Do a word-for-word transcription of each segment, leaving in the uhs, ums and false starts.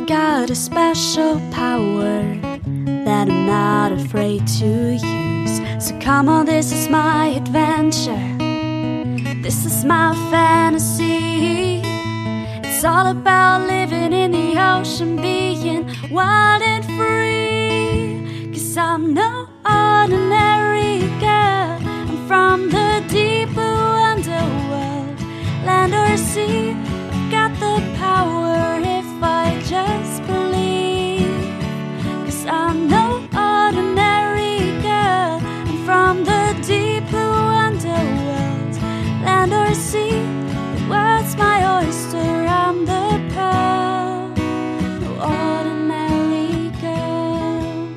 got a special power that I'm not afraid to use. So come on, this is my adventure. This is my fantasy. It's all about living in the ocean, being wild and free. 'Cause I'm no ordinary girl. I'm from the deep blue underworld, land or sea. I've got the power if I just believe. 'Cause I'm no ordinary girl. I'm from the deep blue underworld, land or sea. The world's my oyster, I'm the pearl, no ordinary girl.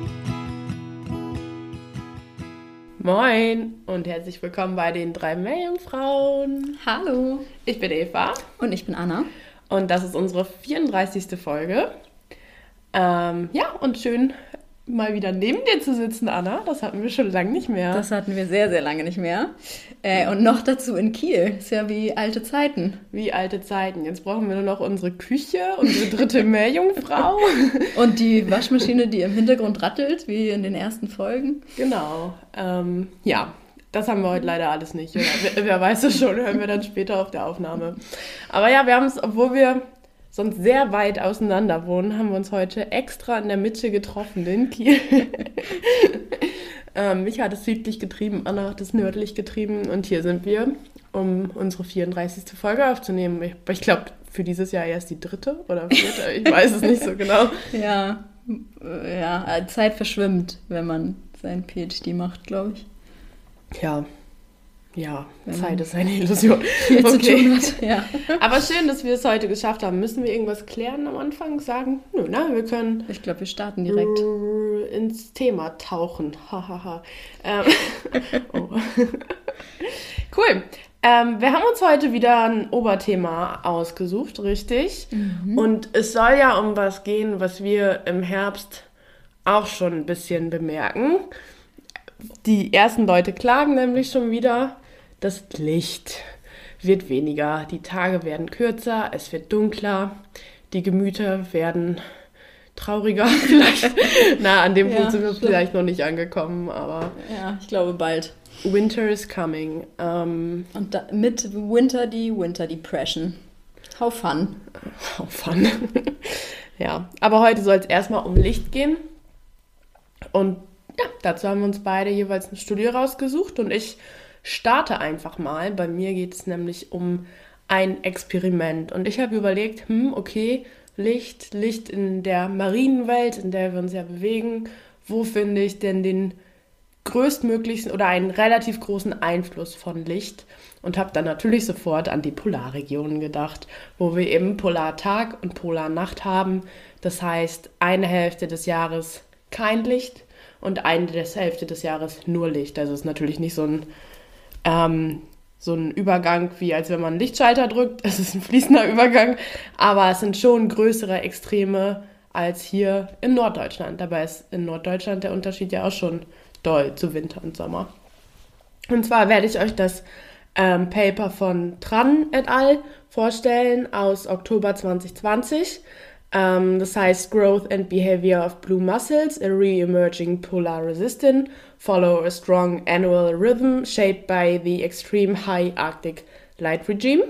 Moin und herzlich willkommen bei den drei Meerjungfrauen. Hallo. Ich bin Eva. Und ich bin Anna. Und das ist unsere vierunddreißigste Folge. Ähm, ja, und schön mal wieder neben dir zu sitzen, Anna. Das hatten wir schon lange nicht mehr. Das hatten wir sehr, sehr lange nicht mehr. Äh, und noch dazu in Kiel. Ist ja wie alte Zeiten. Wie alte Zeiten. Jetzt brauchen wir nur noch unsere Küche, unsere dritte Meerjungfrau. Und die Waschmaschine, die im Hintergrund rattelt, wie in den ersten Folgen. Genau. Ähm, ja, das haben wir heute leider alles nicht. Oder? Wer, wer weiß es schon, hören wir dann später auf der Aufnahme. Aber ja, wir haben es, obwohl wir sonst sehr weit auseinander wohnen, haben wir uns heute extra in der Mitte getroffen, in Kiel. ähm, mich hat es südlich getrieben, Anna hat es nördlich getrieben und hier sind wir, um unsere vierunddreißigste Folge aufzunehmen. Ich, ich glaube, für dieses Jahr erst die dritte oder vierte, ich weiß es nicht so genau. Ja, ja, Zeit verschwimmt, wenn man sein P H D macht, glaube ich. Ja, ja, wenn Zeit ist eine Illusion. Viel okay. zu tun hat, ja. Aber schön, dass wir es heute geschafft haben. Müssen wir irgendwas klären am Anfang? Sagen? Nö, na, wir können... Ich glaube, wir starten direkt. ...ins Thema tauchen. Hahaha. ähm, oh. Cool. Ähm, wir haben uns heute wieder ein Oberthema ausgesucht, richtig? Mhm. Und es soll ja um was gehen, was wir im Herbst auch schon ein bisschen bemerken. Die ersten Leute klagen nämlich schon wieder, das Licht wird weniger, die Tage werden kürzer, es wird dunkler, die Gemüter werden trauriger vielleicht. Na, an dem ja, Punkt sind wir vielleicht noch nicht angekommen, aber... Ja, ich glaube bald. Winter is coming. Ähm, Und da, mit Winter die Winter Depression. How fun. How fun. Ja, aber heute soll es erstmal um Licht gehen. Und ja, dazu haben wir uns beide jeweils ein Studio rausgesucht und ich starte einfach mal. Bei mir geht es nämlich um ein Experiment und ich habe überlegt, hm, okay, Licht, Licht in der marinen Welt, in der wir uns ja bewegen, wo finde ich denn den größtmöglichen oder einen relativ großen Einfluss von Licht und habe dann natürlich sofort an die Polarregionen gedacht, wo wir eben Polartag und Polarnacht haben. Das heißt, eine Hälfte des Jahres kein Licht und eine Hälfte des Jahres nur Licht. Also es ist natürlich nicht so ein, ähm, so ein Übergang, wie als wenn man einen Lichtschalter drückt. Es ist ein fließender Übergang, aber es sind schon größere Extreme als hier in Norddeutschland. Dabei ist in Norddeutschland der Unterschied ja auch schon doll zu Winter und Sommer. Und zwar werde ich euch das ähm, Paper von Tran et al. Vorstellen aus Oktober zwanzig zwanzig. Um, das heißt Growth and Behavior of Blue Mussels, a Re-Emerging Polar Resistant, follow a strong annual rhythm shaped by the extreme high Arctic light regime.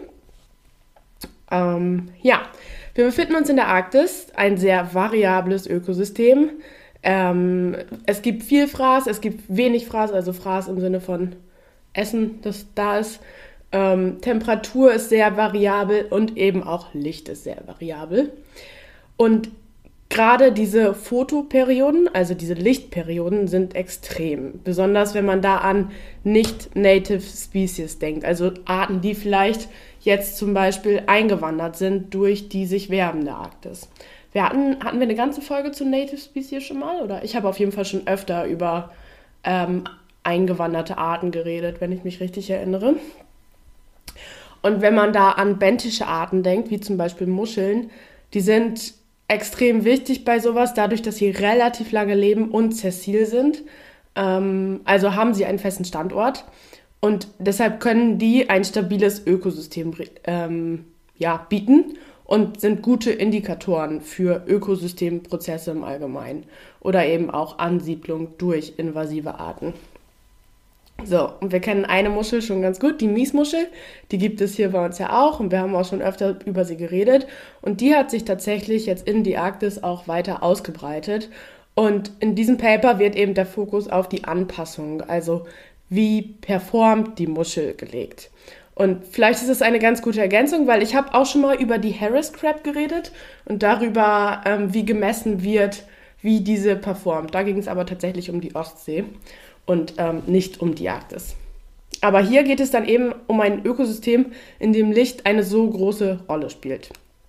Um, ja, wir befinden uns in der Arktis, ein sehr variables Ökosystem. Um, es gibt viel Fraß, es gibt wenig Fraß, also Fraß im Sinne von Essen, das da ist. Um, Temperatur ist sehr variabel und eben auch Licht ist sehr variabel. Und gerade diese Photoperioden, also diese Lichtperioden, sind extrem. Besonders wenn man da an nicht-native Species denkt. Also Arten, die vielleicht jetzt zum Beispiel eingewandert sind durch die sich wärmende Arktis. Wir hatten, hatten wir eine ganze Folge zu Native Species schon mal? Oder ich habe auf jeden Fall schon öfter über ähm, eingewanderte Arten geredet, wenn ich mich richtig erinnere. Und wenn man da an benthische Arten denkt, wie zum Beispiel Muscheln, die sind extrem wichtig bei sowas, dadurch, dass sie relativ lange leben und sessil sind. Ähm, also haben sie einen festen Standort und deshalb können die ein stabiles Ökosystem ähm, ja, bieten und sind gute Indikatoren für Ökosystemprozesse im Allgemeinen oder eben auch Ansiedlung durch invasive Arten. So, und wir kennen eine Muschel schon ganz gut, die Miesmuschel. Die gibt es hier bei uns ja auch und wir haben auch schon öfter über sie geredet. Und die hat sich tatsächlich jetzt in die Arktis auch weiter ausgebreitet. Und in diesem Paper wird eben der Fokus auf die Anpassung, also wie performt die Muschel, gelegt. Und vielleicht ist es eine ganz gute Ergänzung, weil ich habe auch schon mal über die Harris Crab geredet und darüber, ähm, wie gemessen wird, wie diese performt. Da ging es aber tatsächlich um die Ostsee und ähm, nicht um die Arktis. Aber hier geht es dann eben um ein Ökosystem, in dem Licht eine so große Rolle spielt.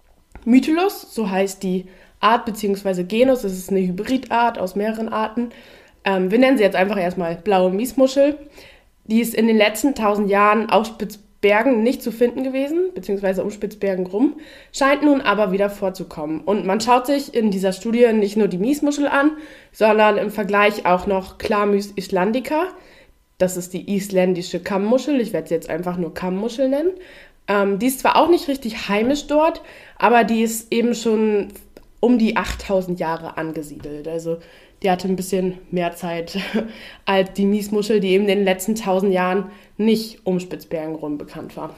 Mytilus, so heißt die Art bzw. Genus, das ist eine Hybridart aus mehreren Arten. Ähm, wir nennen sie jetzt einfach erstmal blaue Miesmuschel. Die ist in den letzten tausend Jahren auf Spitzbergen nicht zu finden gewesen, beziehungsweise um Spitzbergen rum, scheint nun aber wieder vorzukommen. Und man schaut sich in dieser Studie nicht nur die Miesmuschel an, sondern im Vergleich auch noch Chlamys islandica. Das ist die isländische Kammmuschel, ich werde sie jetzt einfach nur Kammmuschel nennen. Ähm, die ist zwar auch nicht richtig heimisch dort, aber die ist eben schon um die achttausend Jahre angesiedelt. Also die hatte ein bisschen mehr Zeit als die Miesmuschel, die eben in den letzten tausend Jahren nicht um Spitzbergen rum bekannt war.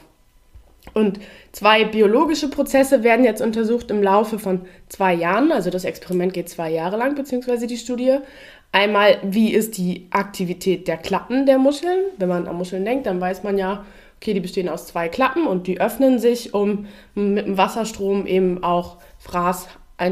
Und zwei biologische Prozesse werden jetzt untersucht im Laufe von zwei Jahren. Also das Experiment geht zwei Jahre lang, beziehungsweise die Studie. Einmal, wie ist die Aktivität der Klappen der Muscheln? Wenn man an Muscheln denkt, dann weiß man ja, okay, die bestehen aus zwei Klappen und die öffnen sich, um mit dem Wasserstrom eben auch Fraß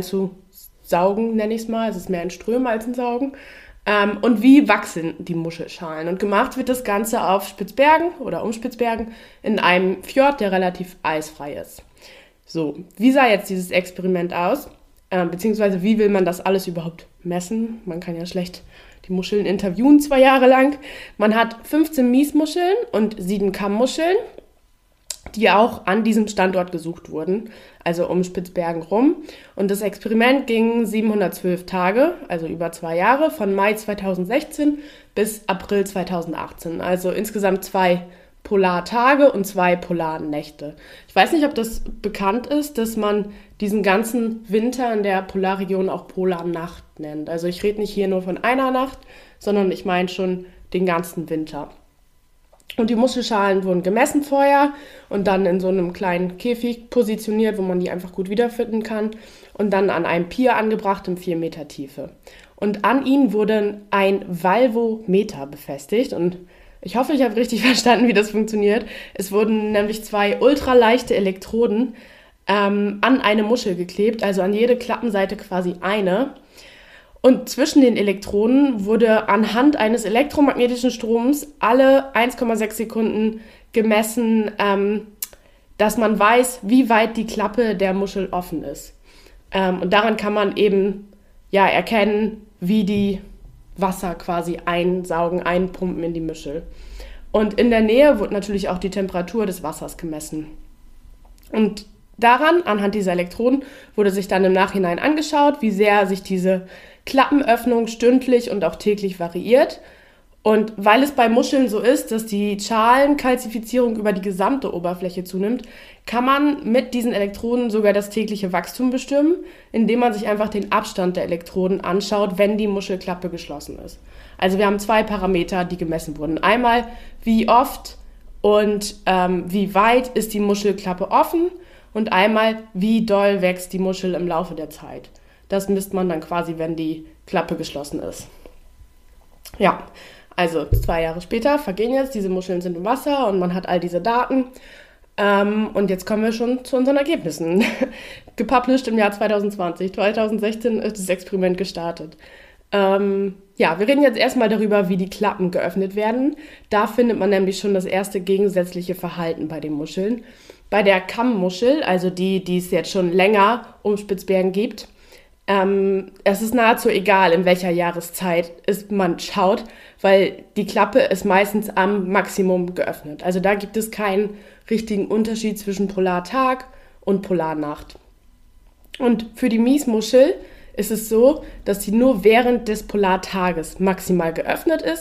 einzusaugen, nenne ich es mal. Es ist mehr ein Strömen als ein Saugen. Ähm, und wie wachsen die Muschelschalen? Und gemacht wird das Ganze auf Spitzbergen oder um Spitzbergen in einem Fjord, der relativ eisfrei ist. So, wie sah jetzt dieses Experiment aus? Ähm, beziehungsweise wie will man das alles überhaupt messen? Man kann ja schlecht die Muscheln interviewen zwei Jahre lang. Man hat fünfzehn Miesmuscheln und sieben Kammmuscheln, die auch an diesem Standort gesucht wurden, also um Spitzbergen rum. Und das Experiment ging siebenhundertzwölf Tage, also über zwei Jahre, von Mai zweitausendsechzehn bis April zweitausendachtzehn. Also insgesamt zwei Polartage und zwei Polarnächte. Ich weiß nicht, ob das bekannt ist, dass man diesen ganzen Winter in der Polarregion auch Polarnacht nennt. Also ich rede nicht hier nur von einer Nacht, sondern ich meine schon den ganzen Winter. Und die Muschelschalen wurden gemessen vorher und dann in so einem kleinen Käfig positioniert, wo man die einfach gut wiederfinden kann und dann an einem Pier angebracht in vier Meter Tiefe. Und an ihnen wurde ein Valvometer befestigt und ich hoffe, ich habe richtig verstanden, wie das funktioniert. Es wurden nämlich zwei ultraleichte Elektroden ähm, an eine Muschel geklebt, also an jede Klappenseite quasi eine. Und zwischen den Elektroden wurde anhand eines elektromagnetischen Stroms alle eins Komma sechs Sekunden gemessen, ähm, dass man weiß, wie weit die Klappe der Muschel offen ist. Ähm, und daran kann man eben ja, erkennen, wie die Wasser quasi einsaugen, einpumpen in die Muschel. Und in der Nähe wurde natürlich auch die Temperatur des Wassers gemessen. Und daran, anhand dieser Elektroden, wurde sich dann im Nachhinein angeschaut, wie sehr sich diese Klappenöffnung stündlich und auch täglich variiert. Und weil es bei Muscheln so ist, dass die Schalenkalzifizierung über die gesamte Oberfläche zunimmt, kann man mit diesen Elektroden sogar das tägliche Wachstum bestimmen, indem man sich einfach den Abstand der Elektroden anschaut, wenn die Muschelklappe geschlossen ist. Also wir haben zwei Parameter, die gemessen wurden. Einmal, wie oft und ähm, wie weit ist die Muschelklappe offen und einmal, wie doll wächst die Muschel im Laufe der Zeit. Das misst man dann quasi, wenn die Klappe geschlossen ist. Ja, also zwei Jahre später vergehen jetzt, diese Muscheln sind im Wasser und man hat all diese Daten. Ähm, und jetzt kommen wir schon zu unseren Ergebnissen. Gepublished im Jahr zweitausendzwanzig. zweitausendsechzehn ist das Experiment gestartet. Ähm, ja, wir reden jetzt erstmal darüber, wie die Klappen geöffnet werden. Da findet man nämlich schon das erste gegensätzliche Verhalten bei den Muscheln. Bei der Kammmuschel, also die, die es jetzt schon länger um Spitzbergen gibt, Ähm, es ist nahezu egal, in welcher Jahreszeit es man schaut, weil die Klappe ist meistens am Maximum geöffnet. Also da gibt es keinen richtigen Unterschied zwischen Polartag und Polarnacht. Und für die Miesmuschel ist es so, dass sie nur während des Polartages maximal geöffnet ist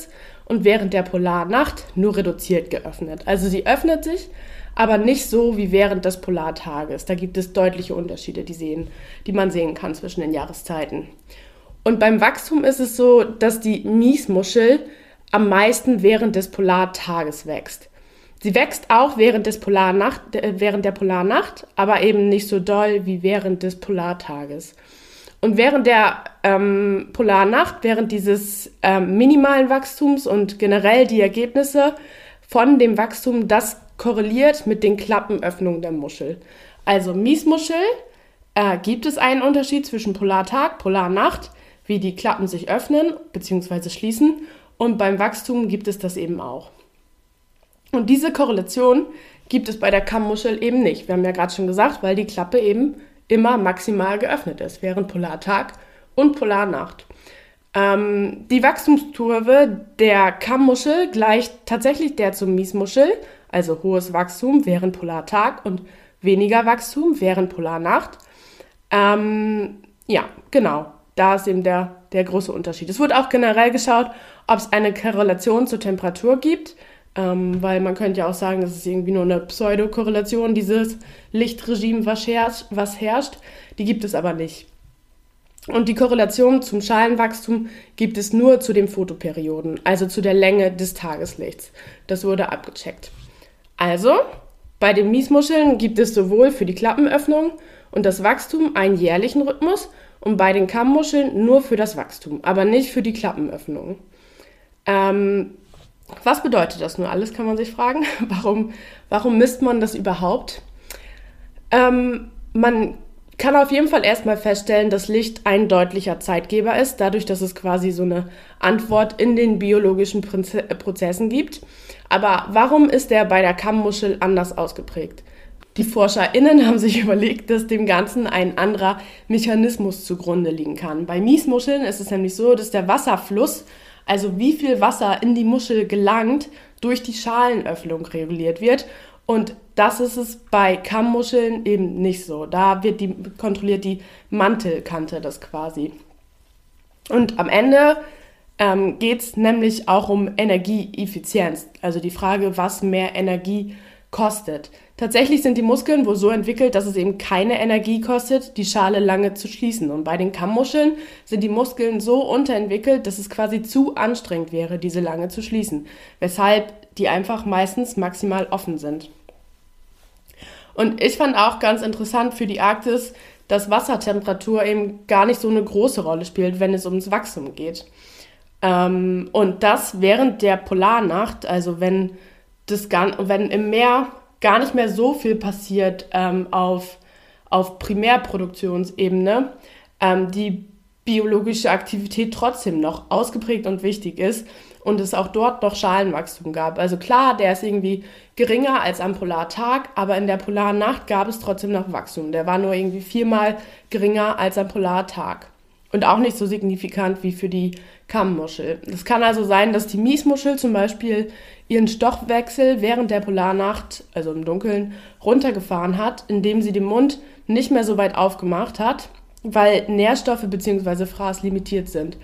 und während der Polarnacht nur reduziert geöffnet. Also sie öffnet sich, aber nicht so wie während des Polartages. Da gibt es deutliche Unterschiede, die, sehen, die man sehen kann zwischen den Jahreszeiten. Und beim Wachstum ist es so, dass die Miesmuschel am meisten während des Polartages wächst. Sie wächst auch während, des Polarnacht, äh, während der Polarnacht, aber eben nicht so doll wie während des Polartages. Und während der ähm, Polarnacht, während dieses ähm, minimalen Wachstums und generell die Ergebnisse von dem Wachstum, das korreliert mit den Klappenöffnungen der Muschel. Also Miesmuschel äh, gibt es einen Unterschied zwischen Polartag, Polarnacht, wie die Klappen sich öffnen bzw. schließen, und beim Wachstum gibt es das eben auch. Und diese Korrelation gibt es bei der Kammmuschel eben nicht. Wir haben ja gerade schon gesagt, weil die Klappe eben immer maximal geöffnet ist, während Polartag und Polarnacht. Ähm, die Wachstumskurve der Kammmuschel gleicht tatsächlich der zur Miesmuschel, also hohes Wachstum während Polartag und weniger Wachstum während Polarnacht. Ähm, ja, genau, da ist eben der, der große Unterschied. Es wird auch generell geschaut, ob es eine Korrelation zur Temperatur gibt, ähm, weil man könnte ja auch sagen, das ist irgendwie nur eine Pseudokorrelation, dieses Lichtregime, was herrscht, was herrscht. Die gibt es aber nicht. Und die Korrelation zum Schalenwachstum gibt es nur zu den Fotoperioden, also zu der Länge des Tageslichts. Das wurde abgecheckt. Also, bei den Miesmuscheln gibt es sowohl für die Klappenöffnung und das Wachstum einen jährlichen Rhythmus und bei den Kammmuscheln nur für das Wachstum, aber nicht für die Klappenöffnung. Ähm, was bedeutet das nur alles, kann man sich fragen. Warum, warum misst man das überhaupt? Ähm, man kann auf jeden Fall erstmal feststellen, dass Licht ein deutlicher Zeitgeber ist, dadurch, dass es quasi so eine Antwort in den biologischen Prozessen gibt. Aber warum ist der bei der Kammmuschel anders ausgeprägt? Die ForscherInnen haben sich überlegt, dass dem Ganzen ein anderer Mechanismus zugrunde liegen kann. Bei Miesmuscheln ist es nämlich so, dass der Wasserfluss, also wie viel Wasser in die Muschel gelangt, durch die Schalenöffnung reguliert wird. Und das ist es bei Kammmuscheln eben nicht so. Da wird die, kontrolliert die Mantelkante das quasi. Und am Ende ähm, geht es nämlich auch um Energieeffizienz. Also die Frage, was mehr Energie kostet. Tatsächlich sind die Muskeln wohl so entwickelt, dass es eben keine Energie kostet, die Schale lange zu schließen. Und bei den Kammmuscheln sind die Muskeln so unterentwickelt, dass es quasi zu anstrengend wäre, diese lange zu schließen. Weshalb die einfach meistens maximal offen sind. Und ich fand auch ganz interessant für die Arktis, dass Wassertemperatur eben gar nicht so eine große Rolle spielt, wenn es ums Wachstum geht. Ähm, und das während der Polarnacht, also wenn, das gar, wenn im Meer gar nicht mehr so viel passiert ähm, auf, auf Primärproduktionsebene, ähm, die biologische Aktivität trotzdem noch ausgeprägt und wichtig ist und es auch dort noch Schalenwachstum gab. Also klar, der ist irgendwie geringer als am Polartag, aber in der Polarnacht gab es trotzdem noch Wachstum. Der war nur irgendwie viermal geringer als am Polartag und auch nicht so signifikant wie für die Kammmuschel. Es kann also sein, dass die Miesmuschel zum Beispiel ihren Stoffwechsel während der Polarnacht, also im Dunkeln, runtergefahren hat, indem sie den Mund nicht mehr so weit aufgemacht hat, weil Nährstoffe bzw. Fraß limitiert sind.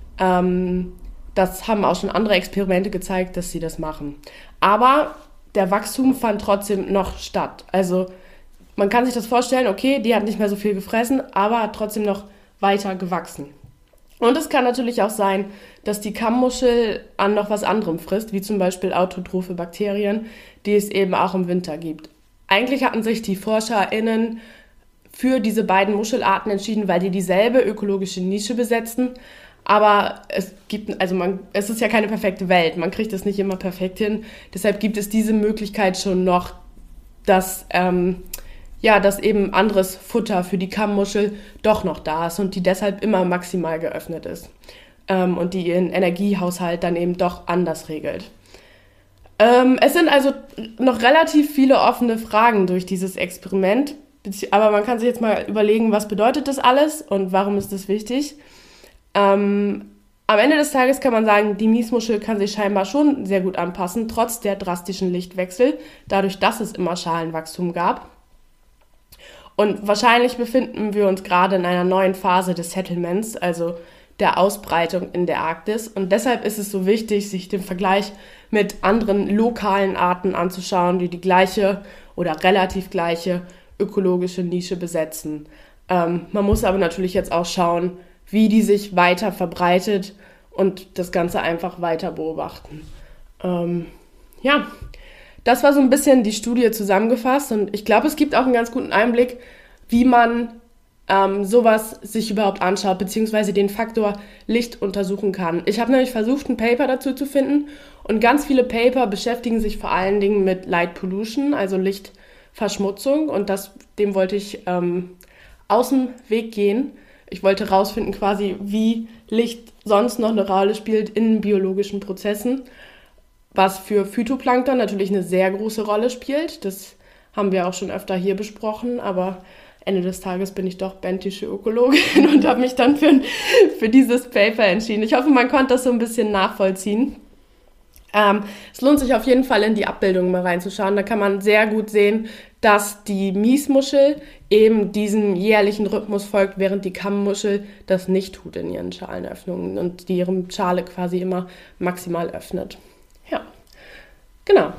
Ähm, das haben auch schon andere Experimente gezeigt, dass sie das machen. Aber der Wachstum fand trotzdem noch statt. Also man kann sich das vorstellen, okay, die hat nicht mehr so viel gefressen, aber hat trotzdem noch weiter gewachsen. Und es kann natürlich auch sein, dass die Kammmuschel an noch was anderem frisst, wie zum Beispiel autotrophe Bakterien, die es eben auch im Winter gibt. Eigentlich hatten sich die ForscherInnen für diese beiden Muschelarten entschieden, weil die dieselbe ökologische Nische besetzen. Aber es gibt, also man, es ist ja keine perfekte Welt, man kriegt es nicht immer perfekt hin. Deshalb gibt es diese Möglichkeit schon noch, dass, ähm, ja, dass eben anderes Futter für die Kammmuschel doch noch da ist und die deshalb immer maximal geöffnet ist. Ähm, und die ihren Energiehaushalt dann eben doch anders regelt. Ähm, es sind also noch relativ viele offene Fragen durch dieses Experiment. Aber man kann sich jetzt mal überlegen, was bedeutet das alles und warum ist das wichtig? Ähm, am Ende des Tages kann man sagen, die Miesmuschel kann sich scheinbar schon sehr gut anpassen, trotz der drastischen Lichtwechsel, dadurch, dass es immer Schalenwachstum gab. Und wahrscheinlich befinden wir uns gerade in einer neuen Phase des Settlements, also der Ausbreitung in der Arktis. Und deshalb ist es so wichtig, sich den Vergleich mit anderen lokalen Arten anzuschauen, die die gleiche oder relativ gleiche ökologische Nische besetzen. Ähm, man muss aber natürlich jetzt auch schauen, wie die sich weiter verbreitet und das Ganze einfach weiter beobachten. Ähm, ja, das war so ein bisschen die Studie zusammengefasst und ich glaube, es gibt auch einen ganz guten Einblick, wie man ähm, sowas sich überhaupt anschaut, beziehungsweise den Faktor Licht untersuchen kann. Ich habe nämlich versucht, ein Paper dazu zu finden und ganz viele Paper beschäftigen sich vor allen Dingen mit Light Pollution, also Lichtverschmutzung und das, dem wollte ich ähm, aus dem Weg gehen. Ich wollte rausfinden quasi, wie Licht sonst noch eine Rolle spielt in biologischen Prozessen, was für Phytoplankton natürlich eine sehr große Rolle spielt. Das haben wir auch schon öfter hier besprochen, aber Ende des Tages bin ich doch bentische Ökologin und habe mich dann für, für dieses Paper entschieden. Ich hoffe, man konnte das so ein bisschen nachvollziehen. Ähm, es lohnt sich auf jeden Fall, in die Abbildung mal reinzuschauen. Da kann man sehr gut sehen, dass die Miesmuschel eben diesem jährlichen Rhythmus folgt, während die Kammmuschel das nicht tut in ihren Schalenöffnungen und die ihre Schale quasi immer maximal öffnet. Ja, genau.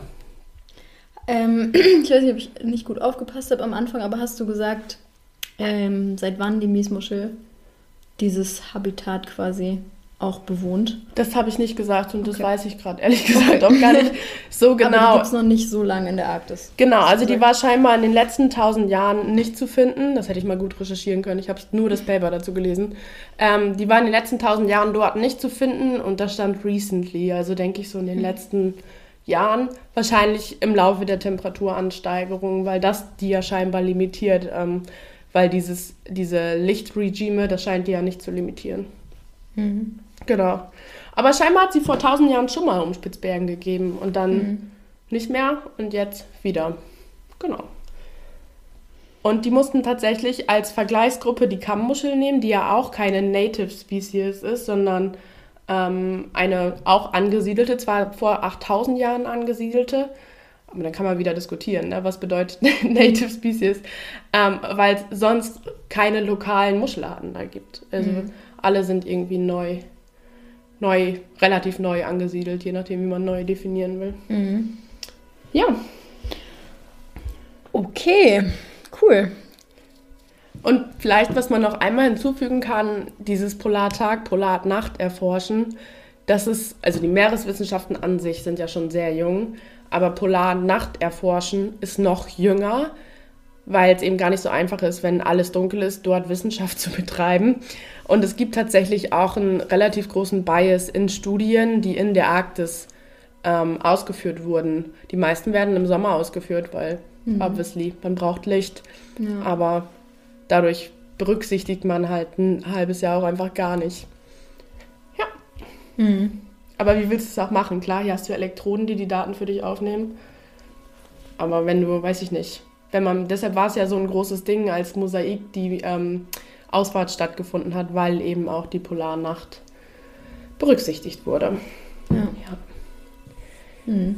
Ähm, ich weiß nicht, ob ich nicht gut aufgepasst habe am Anfang, aber hast du gesagt, ähm, seit wann die Miesmuschel dieses Habitat quasi auch bewohnt? Das habe ich nicht gesagt und das Okay. weiß ich gerade ehrlich gesagt auch gar nicht so genau. Aber die gibt es noch nicht so lange in der Arktis. Genau, Hast du also die gesagt? war scheinbar in den letzten tausend Jahren nicht zu finden. Das hätte ich mal gut recherchieren können. Ich habe nur das Paper dazu gelesen. Ähm, die war in den letzten tausend Jahren dort nicht zu finden und da stand recently, also denke ich so in den letzten Jahren, wahrscheinlich im Laufe der Temperaturansteigerung, weil das die ja scheinbar limitiert, ähm, weil dieses, diese Lichtregime, das scheint die ja nicht zu limitieren. Mhm. Genau. Aber scheinbar hat sie vor tausend Jahren schon mal um Spitzbergen gegeben und dann Mhm. nicht mehr und jetzt wieder. Genau. Und die mussten tatsächlich als Vergleichsgruppe die Kammmuschel nehmen, die ja auch keine Native Species ist, sondern ähm, eine auch angesiedelte, zwar vor achttausend Jahren angesiedelte, aber dann kann man wieder diskutieren, ne? Was bedeutet Native Species, ähm, weil es sonst keine lokalen Muschelarten da gibt. Also Mhm. alle sind irgendwie neu, neu, relativ neu angesiedelt, je nachdem, wie man neu definieren will. Mhm. Ja. Okay, cool. Und vielleicht, was man noch einmal hinzufügen kann, dieses Polartag, Polarnacht erforschen, das ist, also die Meereswissenschaften an sich sind ja schon sehr jung, aber Polarnacht erforschen ist noch jünger, weil es eben gar nicht so einfach ist, wenn alles dunkel ist, dort Wissenschaft zu betreiben. Und es gibt tatsächlich auch einen relativ großen Bias in Studien, die in der Arktis ähm, ausgeführt wurden. Die meisten werden im Sommer ausgeführt, weil, Mhm. obviously, man braucht Licht. Ja. Aber dadurch berücksichtigt man halt ein halbes Jahr auch einfach gar nicht. Ja, Mhm. aber wie willst du es auch machen? Klar, hier hast du Elektroden, die die Daten für dich aufnehmen. Aber wenn du, weiß ich nicht, wenn man, deshalb war es ja so ein großes Ding, als Mosaik die ähm, Ausfahrt stattgefunden hat, weil eben auch die Polarnacht berücksichtigt wurde. Ja. Ja. Mhm.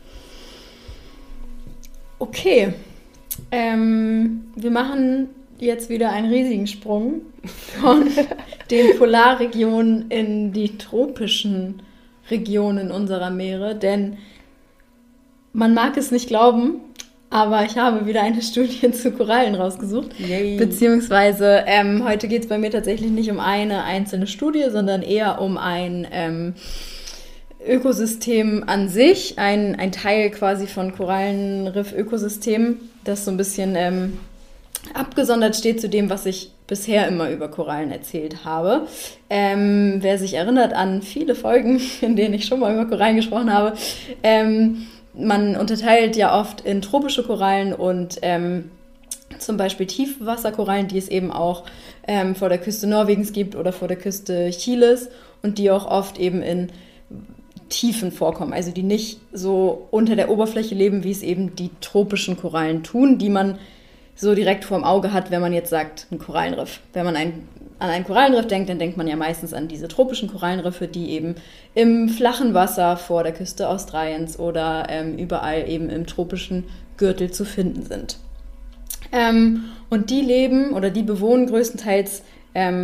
Okay. Ähm, wir machen jetzt wieder einen riesigen Sprung von den Polarregionen in die tropischen Regionen unserer Meere, denn man mag es nicht glauben, aber ich habe wieder eine Studie zu Korallen rausgesucht. Yay. Beziehungsweise ähm, heute geht es bei mir tatsächlich nicht um eine einzelne Studie, sondern eher um ein ähm, Ökosystem an sich, ein, ein Teil quasi von Korallenriff-Ökosystemen, das so ein bisschen ähm, abgesondert steht zu dem, was ich bisher immer über Korallen erzählt habe. Ähm, wer sich erinnert an viele Folgen, in denen ich schon mal über Korallen gesprochen habe, ähm, man unterteilt ja oft in tropische Korallen und ähm, zum Beispiel Tiefwasserkorallen, die es eben auch ähm, vor der Küste Norwegens gibt oder vor der Küste Chiles und die auch oft eben in Tiefen vorkommen, also die nicht so unter der Oberfläche leben, wie es eben die tropischen Korallen tun, die man so direkt vorm Auge hat, wenn man jetzt sagt, ein Korallenriff. Wenn man ein, an ein Korallenriff denkt, dann denkt man ja meistens an diese tropischen Korallenriffe, die eben im flachen Wasser vor der Küste Australiens oder ähm, überall eben im tropischen Gürtel zu finden sind. Ähm, und die leben oder die bewohnen größtenteils ähm,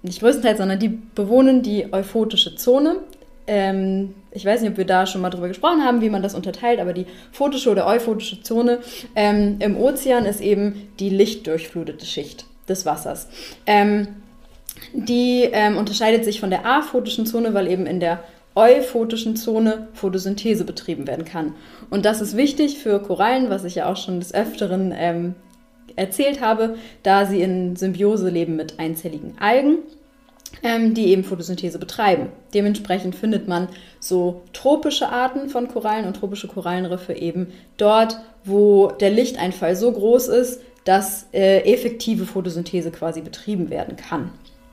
nicht größtenteils, sondern die bewohnen die euphotische Zone. Ähm, ich weiß nicht, ob wir da schon mal drüber gesprochen haben, wie man das unterteilt, aber die photische oder euphotische Zone ähm, im Ozean ist eben die lichtdurchflutete Schicht des Wassers. Ähm, die ähm, unterscheidet sich von der aphotischen Zone, weil eben in der euphotischen Zone Photosynthese betrieben werden kann. Und das ist wichtig für Korallen, was ich ja auch schon des Öfteren ähm, erzählt habe, da sie in Symbiose leben mit einzelligen Algen, ähm, die eben Photosynthese betreiben. Dementsprechend findet man so tropische Arten von Korallen und tropische Korallenriffe eben dort, wo der Lichteinfall so groß ist, dass äh, effektive Photosynthese quasi betrieben werden kann.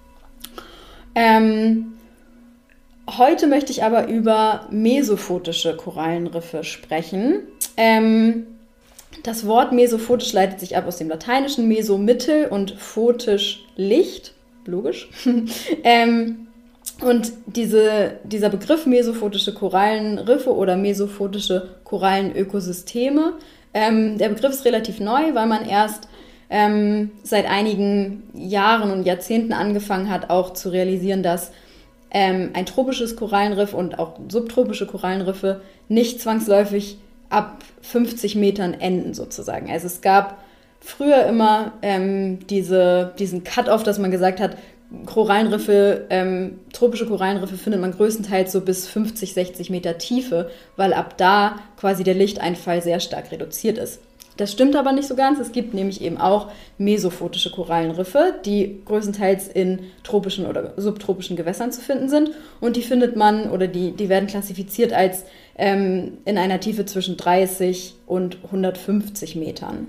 Ähm, heute möchte ich aber über mesophotische Korallenriffe sprechen. Ähm, das Wort mesophotisch leitet sich ab aus dem Lateinischen meso mittel und photisch Licht, logisch. ähm, und diese, dieser Begriff mesophotische Korallenriffe oder mesophotische Korallenökosysteme, ähm, der Begriff ist relativ neu, weil man erst ähm, seit einigen Jahren und Jahrzehnten angefangen hat, auch zu realisieren, dass ähm, ein tropisches Korallenriff und auch subtropische Korallenriffe nicht zwangsläufig ab fünfzig Metern enden sozusagen. Also es gab früher immer ähm, diese, diesen Cut-off, dass man gesagt hat, Korallenriffe, ähm, tropische Korallenriffe findet man größtenteils so bis fünfzig, sechzig Meter Tiefe, weil ab da quasi der Lichteinfall sehr stark reduziert ist. Das stimmt aber nicht so ganz. Es gibt nämlich eben auch mesophotische Korallenriffe, die größtenteils in tropischen oder subtropischen Gewässern zu finden sind. Und die findet man oder die, die werden klassifiziert als ähm, in einer Tiefe zwischen dreißig und hundertfünfzig Metern.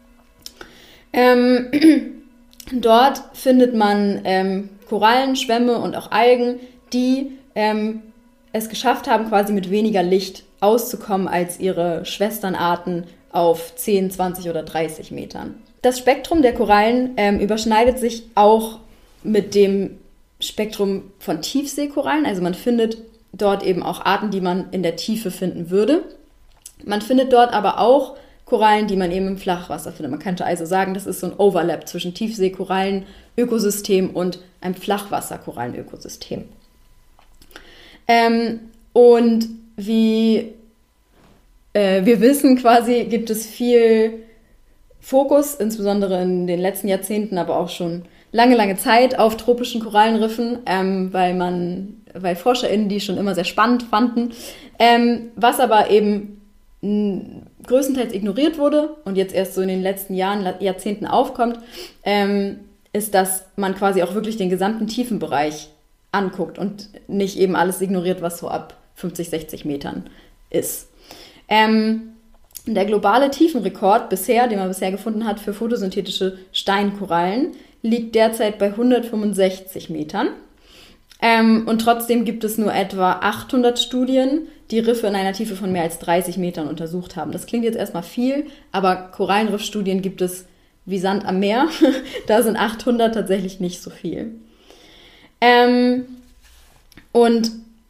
Ähm, dort findet man ähm, Korallen, Schwämme und auch Algen, die ähm, es geschafft haben, quasi mit weniger Licht auszukommen als ihre Schwesternarten auf zehn, zwanzig oder dreißig Metern. Das Spektrum der Korallen ähm, überschneidet sich auch mit dem Spektrum von Tiefseekorallen. Also man findet dort eben auch Arten, die man in der Tiefe finden würde. Man findet dort aber auch Korallen, die man eben im Flachwasser findet. Man könnte also sagen, das ist so ein Overlap zwischen Tiefseekorallenökosystem und einem Flachwasserkorallenökosystem. Ähm, und wie äh, wir wissen quasi, gibt es viel Fokus, insbesondere in den letzten Jahrzehnten, aber auch schon lange, lange Zeit auf tropischen Korallenriffen, ähm, weil man, weil ForscherInnen die schon immer sehr spannend fanden, ähm, was aber eben mh, größtenteils ignoriert wurde und jetzt erst so in den letzten Jahren, Jahrzehnten aufkommt, ähm, ist, dass man quasi auch wirklich den gesamten Tiefenbereich anguckt und nicht eben alles ignoriert, was so ab fünfzig, sechzig Metern ist. Ähm, der globale Tiefenrekord bisher, den man bisher gefunden hat für photosynthetische Steinkorallen, liegt derzeit bei hundertfünfundsechzig Metern. Ähm, und trotzdem gibt es nur etwa achthundert Studien, die Riffe in einer Tiefe von mehr als dreißig Metern untersucht haben. Das klingt jetzt erstmal viel, aber Korallenriffstudien gibt es wie Sand am Meer. Da sind achthundert tatsächlich nicht so viel. Ähm, und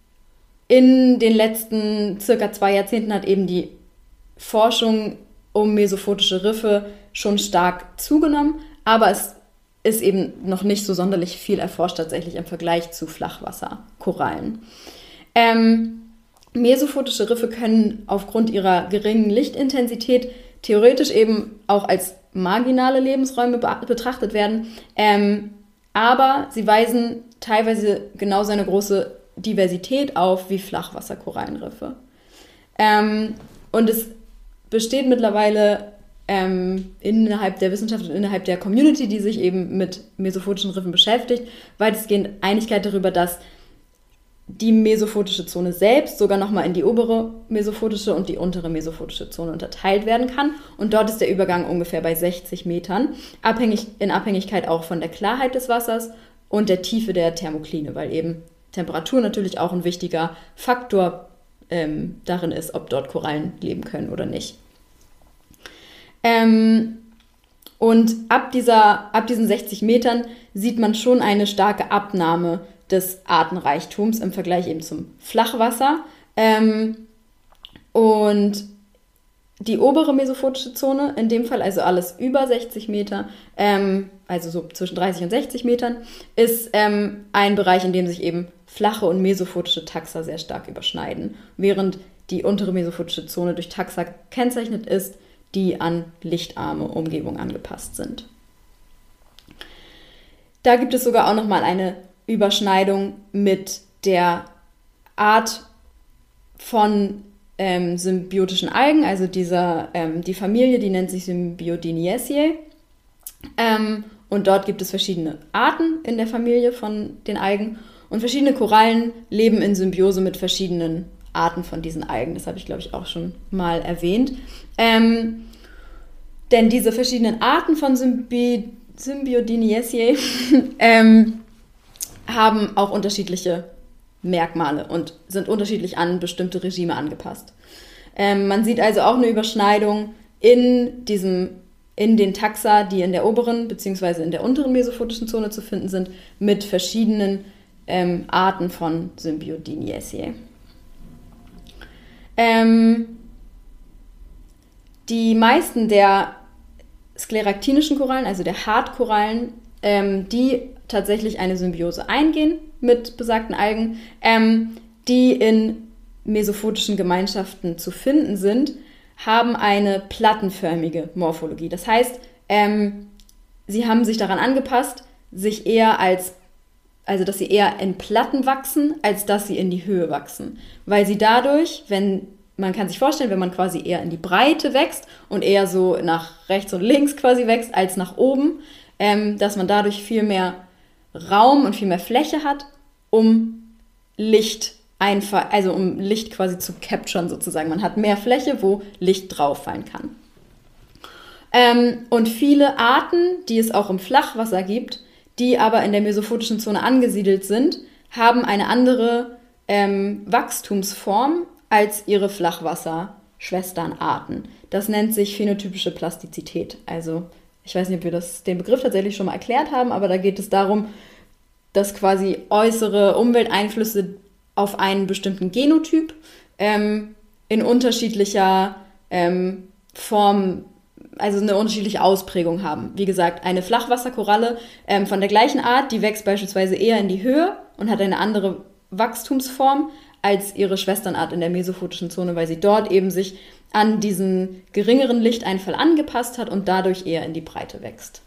in den letzten circa zwei Jahrzehnten hat eben die Forschung um mesophotische Riffe schon stark zugenommen, aber es ist eben noch nicht so sonderlich viel erforscht tatsächlich im Vergleich zu Flachwasserkorallen. Ähm, mesophotische Riffe können aufgrund ihrer geringen Lichtintensität theoretisch eben auch als marginale Lebensräume be- betrachtet werden, ähm, aber sie weisen teilweise genauso eine große Diversität auf wie Flachwasserkorallenriffe. Ähm, und es besteht mittlerweile ähm, innerhalb der Wissenschaft und innerhalb der Community, die sich eben mit mesophotischen Riffen beschäftigt, weitestgehend Einigkeit darüber, dass die mesophotische Zone selbst sogar nochmal in die obere mesophotische und die untere mesophotische Zone unterteilt werden kann. Und dort ist der Übergang ungefähr bei sechzig Metern, abhängig, in Abhängigkeit auch von der Klarheit des Wassers und der Tiefe der Thermokline, weil eben Temperatur natürlich auch ein wichtiger Faktor ähm, darin ist, ob dort Korallen leben können oder nicht. Ähm, und ab, dieser, ab diesen sechzig Metern sieht man schon eine starke Abnahme des Artenreichtums im Vergleich eben zum Flachwasser. Ähm, und die obere mesophotische Zone, in dem Fall also alles über sechzig Meter, ähm, also so zwischen dreißig und sechzig Metern, ist ähm, ein Bereich, in dem sich eben flache und mesophotische Taxa sehr stark überschneiden, während die untere mesophotische Zone durch Taxa gekennzeichnet ist, die an lichtarme Umgebung angepasst sind. Da gibt es sogar auch nochmal eine Überschneidung mit der Art von ähm, symbiotischen Algen, also dieser, ähm, die Familie, die nennt sich Symbiodiniaceae. Ähm, und dort gibt es verschiedene Arten in der Familie von den Algen und verschiedene Korallen leben in Symbiose mit verschiedenen Arten von diesen Algen. Das habe ich, glaube ich, auch schon mal erwähnt. Ähm, denn diese verschiedenen Arten von Symbi- Symbiodiniaceae ähm, haben auch unterschiedliche Merkmale und sind unterschiedlich an bestimmte Regime angepasst. Ähm, man sieht also auch eine Überschneidung in, diesem, in den Taxa, die in der oberen bzw. in der unteren mesophotischen Zone zu finden sind, mit verschiedenen ähm, Arten von Symbiodiniaceae. Ähm, die meisten der skleraktinischen Korallen, also der Hartkorallen, ähm, die tatsächlich eine Symbiose eingehen mit besagten Algen, ähm, die in mesophotischen Gemeinschaften zu finden sind, haben eine plattenförmige Morphologie. Das heißt, ähm, sie haben sich daran angepasst, sich eher als, also dass sie eher in Platten wachsen, als dass sie in die Höhe wachsen. Weil sie dadurch, wenn, man kann sich vorstellen, wenn man quasi eher in die Breite wächst und eher so nach rechts und links quasi wächst, als nach oben, ähm, dass man dadurch viel mehr Raum und viel mehr Fläche hat, um Licht einfach, also um Licht quasi zu capturen sozusagen. Man hat mehr Fläche, wo Licht drauf fallen kann. Ähm, und viele Arten, die es auch im Flachwasser gibt, die aber in der mesophotischen Zone angesiedelt sind, haben eine andere ähm, Wachstumsform als ihre Flachwasser-Schwesternarten. Das nennt sich phänotypische Plastizität. Also ich weiß nicht, ob wir das, den Begriff tatsächlich schon mal erklärt haben, aber da geht es darum, dass quasi äußere Umwelteinflüsse auf einen bestimmten Genotyp ähm, in unterschiedlicher ähm, Form, also eine unterschiedliche Ausprägung haben. Wie gesagt, eine Flachwasserkoralle ähm, von der gleichen Art, die wächst beispielsweise eher in die Höhe und hat eine andere Wachstumsform als ihre Schwesternart in der mesophotischen Zone, weil sie dort eben sich an diesen geringeren Lichteinfall angepasst hat und dadurch eher in die Breite wächst.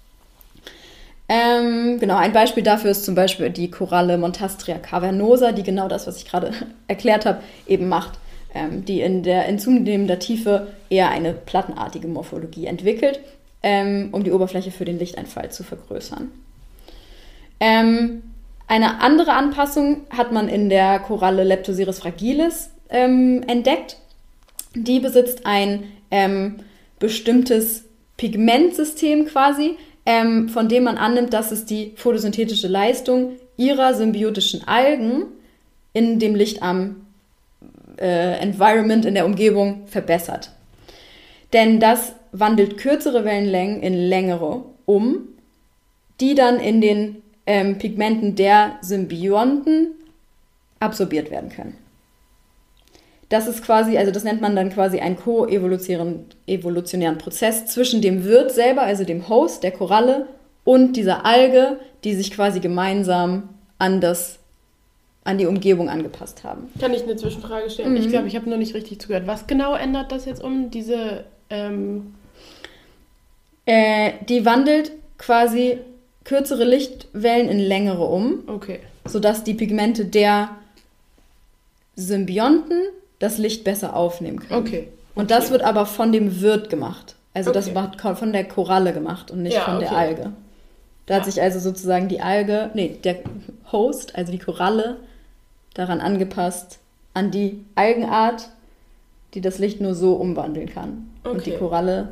Ähm, genau, ein Beispiel dafür ist zum Beispiel die Koralle Montastria cavernosa, die genau das, was ich gerade erklärt habe, eben macht, ähm, die in der in zunehmender Tiefe eher eine plattenartige Morphologie entwickelt, ähm, um die Oberfläche für den Lichteinfall zu vergrößern. Ähm, eine andere Anpassung hat man in der Koralle Leptosiris fragilis ähm, entdeckt. Die besitzt ein ähm, bestimmtes Pigmentsystem quasi, ähm, von dem man annimmt, dass es die photosynthetische Leistung ihrer symbiotischen Algen in dem lichtarmen äh, Environment, in der Umgebung verbessert. Denn das wandelt kürzere Wellenlängen in längere um, die dann in den ähm, Pigmenten der Symbionten absorbiert werden können. Das ist quasi, also das nennt man dann quasi einen ko-evolutionären evolutionären Prozess zwischen dem Wirt selber, also dem Host, der Koralle, und dieser Alge, die sich quasi gemeinsam an, das, an die Umgebung angepasst haben. Kann ich eine Zwischenfrage stellen? Mhm. Ich glaube, ich habe noch nicht richtig zugehört. Was genau ändert das jetzt um, diese... Ähm äh, die wandelt quasi kürzere Lichtwellen in längere um, okay, sodass die Pigmente der Symbionten das Licht besser aufnehmen können. Okay. Und das wird aber von dem Wirt gemacht. Also okay. das wird von der Koralle gemacht und nicht ja, von okay. der Alge. Da ja. hat sich also sozusagen die Alge, nee, der Host, also die Koralle, daran angepasst, an die Algenart, die das Licht nur so umwandeln kann. Okay. Und die Koralle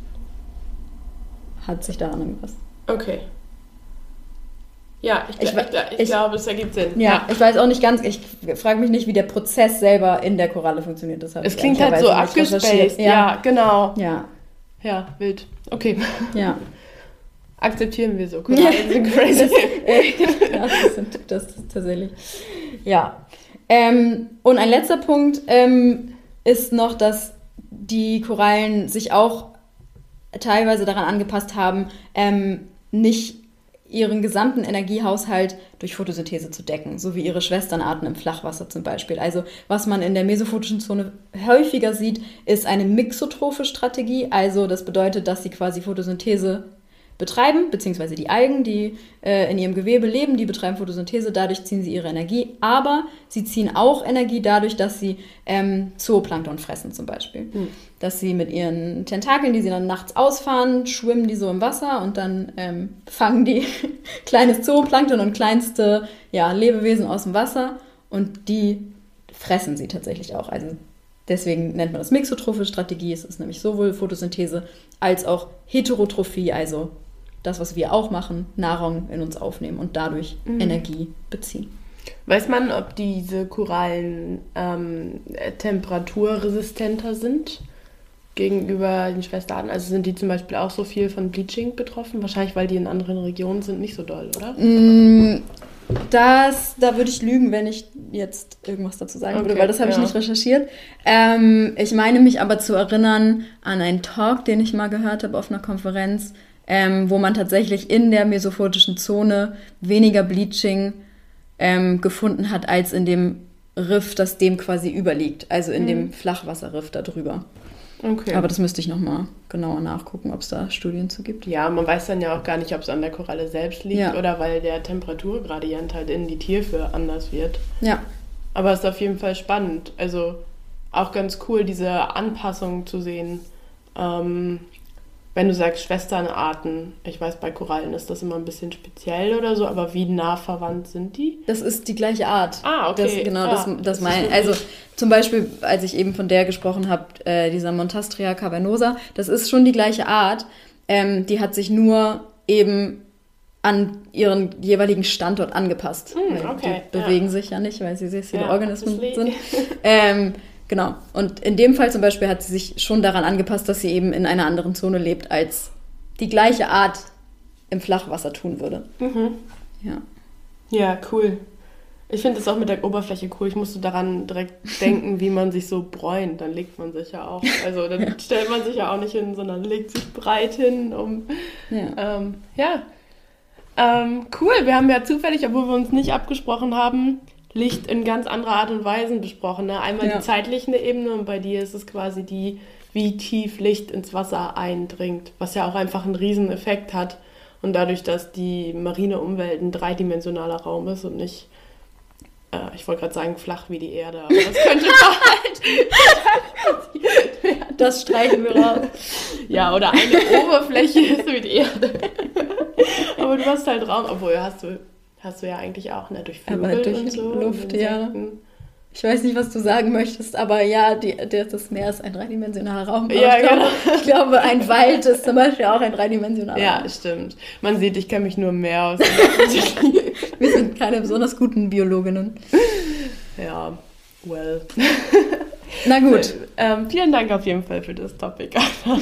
hat sich daran angepasst. Okay. Ja, ich, ich, ich, ich, ich glaube, es ergibt Sinn. Ja, ja, ich weiß auch nicht ganz, ich frage mich nicht, wie der Prozess selber in der Koralle funktioniert. Das es klingt halt so abgespaced. Ja. ja, genau. Ja. Ja, wild. Okay. Ja. Akzeptieren wir so. Korallen sind crazy. Das, äh, ja, das, sind, das ist tatsächlich. Ja. Ähm, und ein letzter Punkt ähm, ist noch, dass die Korallen sich auch teilweise daran angepasst haben, ähm, nicht ihren gesamten Energiehaushalt durch Photosynthese zu decken, so wie ihre Schwesternarten im Flachwasser zum Beispiel. Also was man in der mesophotischen Zone häufiger sieht, ist eine mixotrophe Strategie. Also das bedeutet, dass sie quasi Photosynthese betreiben, beziehungsweise die Algen, die äh, in ihrem Gewebe leben, die betreiben Photosynthese, dadurch ziehen sie ihre Energie, aber sie ziehen auch Energie dadurch, dass sie ähm, Zooplankton fressen zum Beispiel. Mhm. Dass sie mit ihren Tentakeln, die sie dann nachts ausfahren, schwimmen die so im Wasser und dann ähm, fangen die kleines Zooplankton und kleinste ja, Lebewesen aus dem Wasser und die fressen sie tatsächlich auch. Also deswegen nennt man das mixotrophe Strategie. Es ist nämlich sowohl Photosynthese als auch Heterotrophie, also das, was wir auch machen, Nahrung in uns aufnehmen und dadurch mhm. Energie beziehen. Weiß man, ob diese Korallen ähm, temperaturresistenter sind gegenüber den Schwesterarten? Also sind die zum Beispiel auch so viel von Bleaching betroffen? Wahrscheinlich, weil die in anderen Regionen sind, nicht so doll, oder? Mm, das, da würde ich lügen, wenn ich jetzt irgendwas dazu sagen okay, würde, weil das habe ja. ich nicht recherchiert. Ähm, ich meine mich aber zu erinnern an einen Talk, den ich mal gehört habe auf einer Konferenz, ähm, wo man tatsächlich in der mesophotischen Zone weniger Bleaching ähm, gefunden hat, als in dem Riff, das dem quasi überliegt. Also in mhm. dem Flachwasserriff da drüber. Okay. Aber das müsste ich nochmal genauer nachgucken, ob es da Studien zu gibt. Ja, man weiß dann ja auch gar nicht, ob es an der Koralle selbst liegt ja. oder weil der Temperaturgradient halt in die Tiefe anders wird. Ja. Aber es ist auf jeden Fall spannend. Also auch ganz cool, diese Anpassung zu sehen. Ähm, wenn du sagst Schwesternarten, ich weiß, bei Korallen ist das immer ein bisschen speziell oder so, aber wie nah verwandt sind die? Das ist die gleiche Art. Ah, okay. Das, genau, ah, das, das, das mein, also zum Beispiel, als ich eben von der gesprochen habe, äh, dieser Montastria cavernosa, das ist schon die gleiche Art. Ähm, die hat sich nur eben an ihren jeweiligen Standort angepasst. Mm, okay. Die bewegen ja. sich ja nicht, weil sie sessile ja, Organismen sind. ähm, Genau. Und in dem Fall zum Beispiel hat sie sich schon daran angepasst, dass sie eben in einer anderen Zone lebt, als die gleiche Art im Flachwasser tun würde. Mhm. Ja. Ja, cool. Ich finde das auch mit der Oberfläche cool. Ich musste daran direkt denken, wie man sich so bräunt. Dann legt man sich ja auch. Also dann ja. stellt man sich ja auch nicht hin, sondern legt sich breit hin. Um, ja. Ähm, ja. Ähm, cool. Wir haben ja zufällig, obwohl wir uns nicht abgesprochen haben, Licht in ganz anderer Art und Weise besprochen. Ne? Einmal ja. die zeitliche Ebene und bei dir ist es quasi die, wie tief Licht ins Wasser eindringt, was ja auch einfach einen riesen Effekt hat. Und dadurch, dass die marine Umwelt ein dreidimensionaler Raum ist und nicht, äh, ich wollte gerade sagen, flach wie die Erde, aber das könnte halt... Das streichen wir raus. Ja, oder eine Oberfläche ist wie die Erde. Aber du hast halt Raum, obwohl hast du... Hast du ja eigentlich auch, ne? Durch Vögel aber durch und so. Luft, und ja. Ich weiß nicht, was du sagen möchtest, aber ja, die, das Meer ist ein dreidimensionaler Raum. Ja, ich, genau. glaube, ich glaube, ein Wald ist zum Beispiel auch ein dreidimensionaler ja, Raum. Ja, stimmt. Man sieht, ich kenne mich nur im Meer aus. Wir sind keine besonders guten Biologinnen. Ja, well. Na gut. Ähm, vielen Dank auf jeden Fall für das Topic.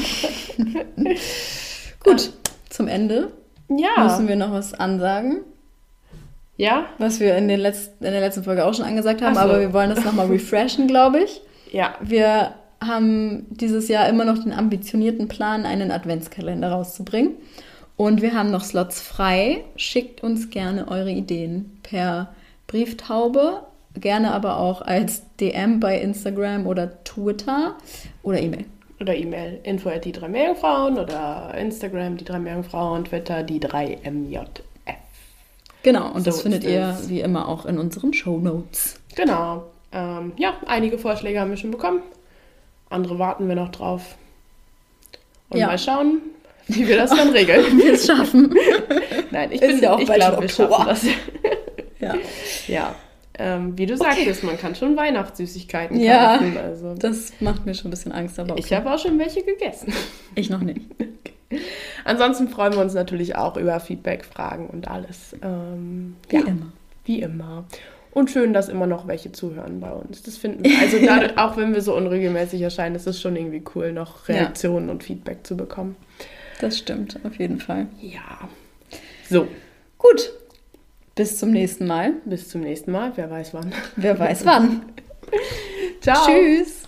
Gut, zum Ende ja. müssen wir noch was ansagen. Ja? Was wir in, den letzten, in der letzten Folge auch schon angesagt haben, Ach so. aber wir wollen das nochmal refreshen, glaube ich. Ja. Wir haben dieses Jahr immer noch den ambitionierten Plan, einen Adventskalender rauszubringen. Und wir haben noch Slots frei. Schickt uns gerne eure Ideen per Brieftaube, gerne aber auch als D M bei Instagram oder Twitter oder E-Mail. Oder E-Mail, info at die drei Meerjungfrauen oder Instagram, die drei Meerjungfrauen, Twitter, die drei M J F. Genau, und so das findet ihr wie immer auch in unseren Shownotes. Genau. Ähm, ja, einige Vorschläge haben wir schon bekommen. Andere warten wir noch drauf. Und ja. mal schauen, wie wir das dann regeln. Wie wir es schaffen. Nein, ich, Ist bin ja auch ich bald glaube, wir Oktober. schaffen das. Ja. Ja. Ähm, wie du Okay. sagtest, man kann schon Weihnachtssüßigkeiten Ja, kaufen. Also. das macht mir schon ein bisschen Angst, aber okay. Ich habe auch schon welche gegessen. Ich noch nicht. Ansonsten freuen wir uns natürlich auch über Feedback, Fragen und alles. Ähm, Wie ja, immer. Wie immer. Und schön, dass immer noch welche zuhören bei uns. Das finden wir, also dadurch, auch wenn wir so unregelmäßig erscheinen, ist es schon irgendwie cool, noch Reaktionen ja. und Feedback zu bekommen. Das stimmt, auf jeden Fall. Ja. So. Gut. Bis zum nächsten Mal. Bis zum nächsten Mal. Wer weiß wann. Wer weiß wann. Ciao. Tschüss.